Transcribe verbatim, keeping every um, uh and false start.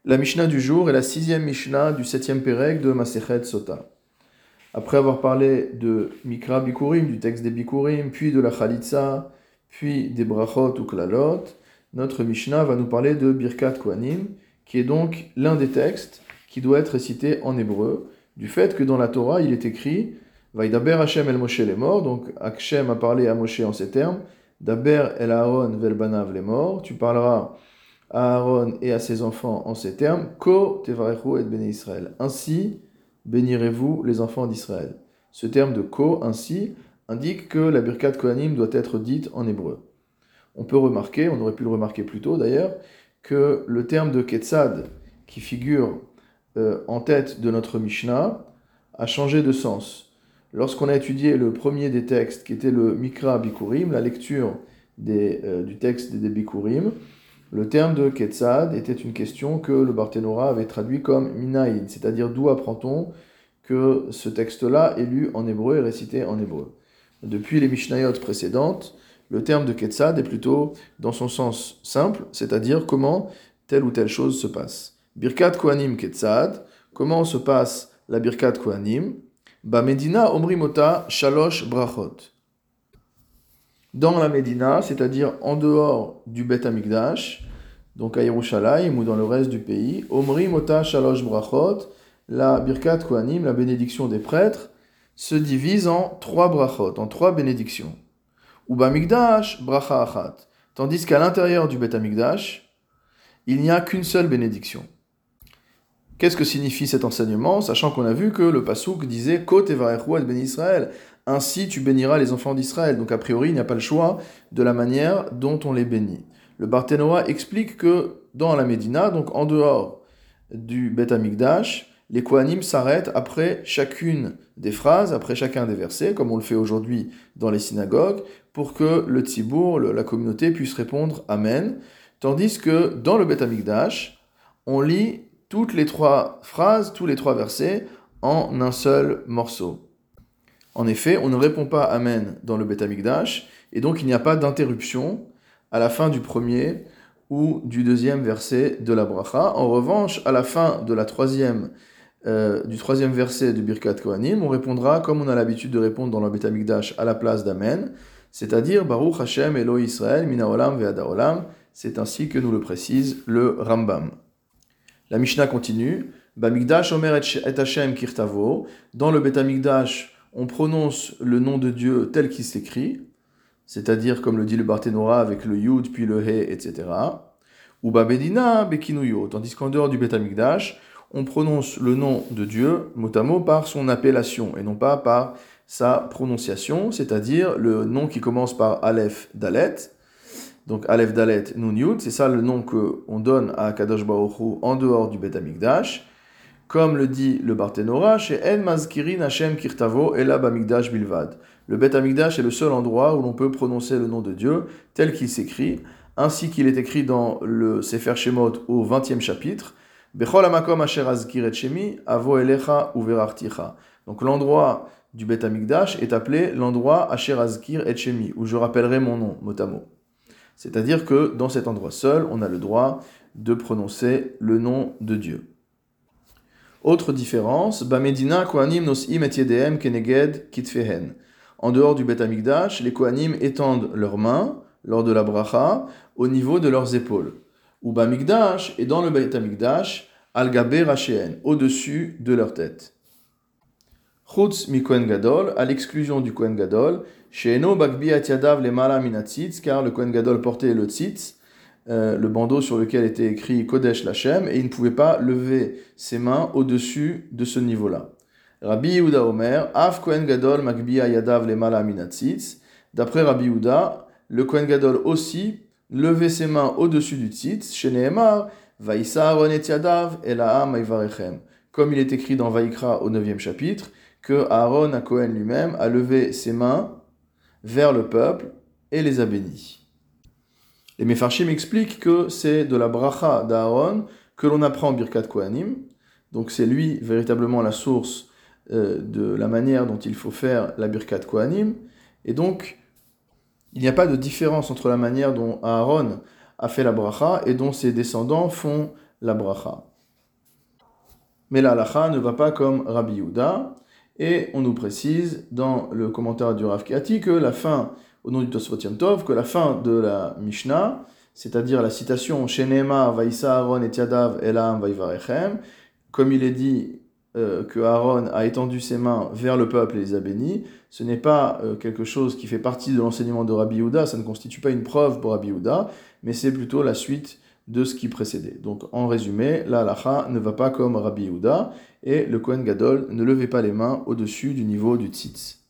La Mishnah du jour est la sixième Mishnah du septième Pérec de Masechet Sota. Après avoir parlé de Mikra Bikurim, du texte des Bikurim, puis de la Chalitza, puis des Brachot ou Klalot, notre Mishnah va nous parler de Birkat Kohanim, qui est donc l'un des textes qui doit être récité en hébreu, du fait que dans la Torah il est écrit Vaidaber Hashem el Moshe les morts, donc Hashem a parlé à Moshe en ces termes, Daber el Aaron vel banav les morts, tu parleras à Aaron et à ses enfants en ces termes, Ko tevarechu et béné Israël. Ainsi bénirez-vous les enfants d'Israël. Ce terme de Ko, ainsi, indique que la Birkat Kohanim doit être dite en hébreu. On peut remarquer, on aurait pu le remarquer plus tôt d'ailleurs, que le terme de Ketzad, qui figure euh, en tête de notre Mishnah, a changé de sens. Lorsqu'on a étudié le premier des textes, qui était le Mikra Bikurim, la lecture des, euh, du texte des Bikurim, le terme de Ketzad était une question que le Barthénora avait traduit comme Minaïd, c'est-à-dire d'où apprend-on que ce texte-là est lu en hébreu et récité en hébreu. Depuis les Mishnayot précédentes, le terme de Ketzad est plutôt dans son sens simple, c'est-à-dire comment telle ou telle chose se passe. Birkat Kohanim Ketzad, comment se passe la Birkat Kohanim? Ba Medina Omrimota Shalosh Brachot. Dans la Médina, c'est-à-dire en dehors du Beth Amikdash, donc à Yerushalayim ou dans le reste du pays, Omri Mota Shalosh Brachot, la Birkat Kohanim, la bénédiction des prêtres, se divise en trois brachot, en trois bénédictions. Ou Bamikdash, Bracha Achat. Tandis qu'à l'intérieur du Beth Amikdash, il n'y a qu'une seule bénédiction. Qu'est-ce que signifie cet enseignement, sachant qu'on a vu que le Passouk disait Ko tevarechu et béni Israël, ainsi tu béniras les enfants d'Israël. Donc a priori, il n'y a pas le choix de la manière dont on les bénit. Le Barthénora explique que dans la Médina, donc en dehors du Beth Amikdash, les Kohanim s'arrêtent après chacune des phrases, après chacun des versets, comme on le fait aujourd'hui dans les synagogues, pour que le Tzibour, la communauté, puisse répondre Amen. Tandis que dans le Beth Amikdash, on lit toutes les trois phrases, tous les trois versets, en un seul morceau. En effet, on ne répond pas Amen dans le Beth Amikdash, et donc il n'y a pas d'interruption à la fin du premier ou du deuxième verset de la bracha. En revanche, à la fin de la troisième, euh, du troisième verset de Birkat Kohanim, on répondra comme on a l'habitude de répondre dans le Beth Amikdash à la place d'Amen, c'est-à-dire Baruch Hashem Eloi Israël Mina Olam Ve'ada Olam. C'est ainsi que nous le précise le Rambam. La Mishnah continue. Bamikdash Omer et Hashem Kirtavo. Dans le Beth Amikdash, on prononce le nom de Dieu tel qu'il s'écrit, c'est-à-dire comme le dit le Barthénora avec le Yud puis le He, et cetera. Ou Babedina Bekinuyo. Tandis qu'en dehors du Beth Amikdash, on prononce le nom de Dieu mot à mot par son appellation et non pas par sa prononciation, c'est-à-dire le nom qui commence par Aleph Dalet. Donc Aleph Dalet Nun Yud, c'est ça le nom qu'on donne à Kadosh Baruch Hu en dehors du Beth Amikdash. Comme le dit le Barthénora, chez En Mazkirin Hashem Kirtavo Ela Bamikdash Bilvad. Le Beth Amikdash est le seul endroit où l'on peut prononcer le nom de Dieu tel qu'il s'écrit, ainsi qu'il est écrit dans le Sefer Shemot au vingtième chapitre. Bechol Hamakom Asher Azkir et Shemi Avo Elecha Uverarticha. Donc l'endroit du Beth Amikdash est appelé l'endroit Asher Azkir et Shemi, où je rappellerai mon nom, mot à mot. C'est-à-dire que dans cet endroit seul, on a le droit de prononcer le nom de Dieu. Autre différence, Bamedina Kohanim Nosim et Yedehem Keneged Kitfehen. En dehors du Beth Amikdash, les Kohanim étendent leurs mains lors de la bracha au niveau de leurs épaules. Ou Bamikdash, et dans le Beth Amikdash, Al-Gaber Racheen, au-dessus de leur tête. Chutz mi Kohen Gadol, à l'exclusion du Kohen Gadol, Sheeno Bagbi Atiadav Lemala Minatzitz, car le Kohen Gadol portait le tzitz, euh, le bandeau sur lequel était écrit Kodesh Lachem, et il ne pouvait pas lever ses mains au-dessus de ce niveau-là. Rabbi Yehuda Omer, Av Kohen Gadol Magbi Ayadav Lemala Minatzitz, d'après Rabbi Yehuda, le Kohen Gadol aussi levait ses mains au-dessus du tzitz, Sheneemar, Vaïsa Aaron et Yadav, Elaham Ayvarechem, comme il est écrit dans Vaïkra au neuvième chapitre, que Aaron, à Cohen lui-même, a levé ses mains vers le peuple et les a bénis. Les Mefarshim expliquent que c'est de la bracha d'Aaron que l'on apprend Birkat Kohanim, donc c'est lui véritablement la source euh, de la manière dont il faut faire la Birkat Kohanim, et donc il n'y a pas de différence entre la manière dont Aaron a fait la bracha et dont ses descendants font la bracha. mais la halacha ne va pas comme Rabbi Yehuda. Et on nous précise dans le commentaire du Rav Keati que la fin, au nom du Tosfot Yom Tov, que la fin de la Mishnah, c'est-à-dire la citation Shenema Vaïsa Aaron et Yadav Elam Vaïvarechem, comme il est dit euh, que Aaron a étendu ses mains vers le peuple et les a bénis, ce n'est pas euh, quelque chose qui fait partie de l'enseignement de Rabbi Yehuda, ça ne constitue pas une preuve pour Rabbi Yehuda, mais c'est plutôt la suite de ce qui précédait. Donc en résumé, la halacha ne va pas comme Rabbi Yehuda, et le Kohen Gadol ne levait pas les mains au-dessus du niveau du tzitz.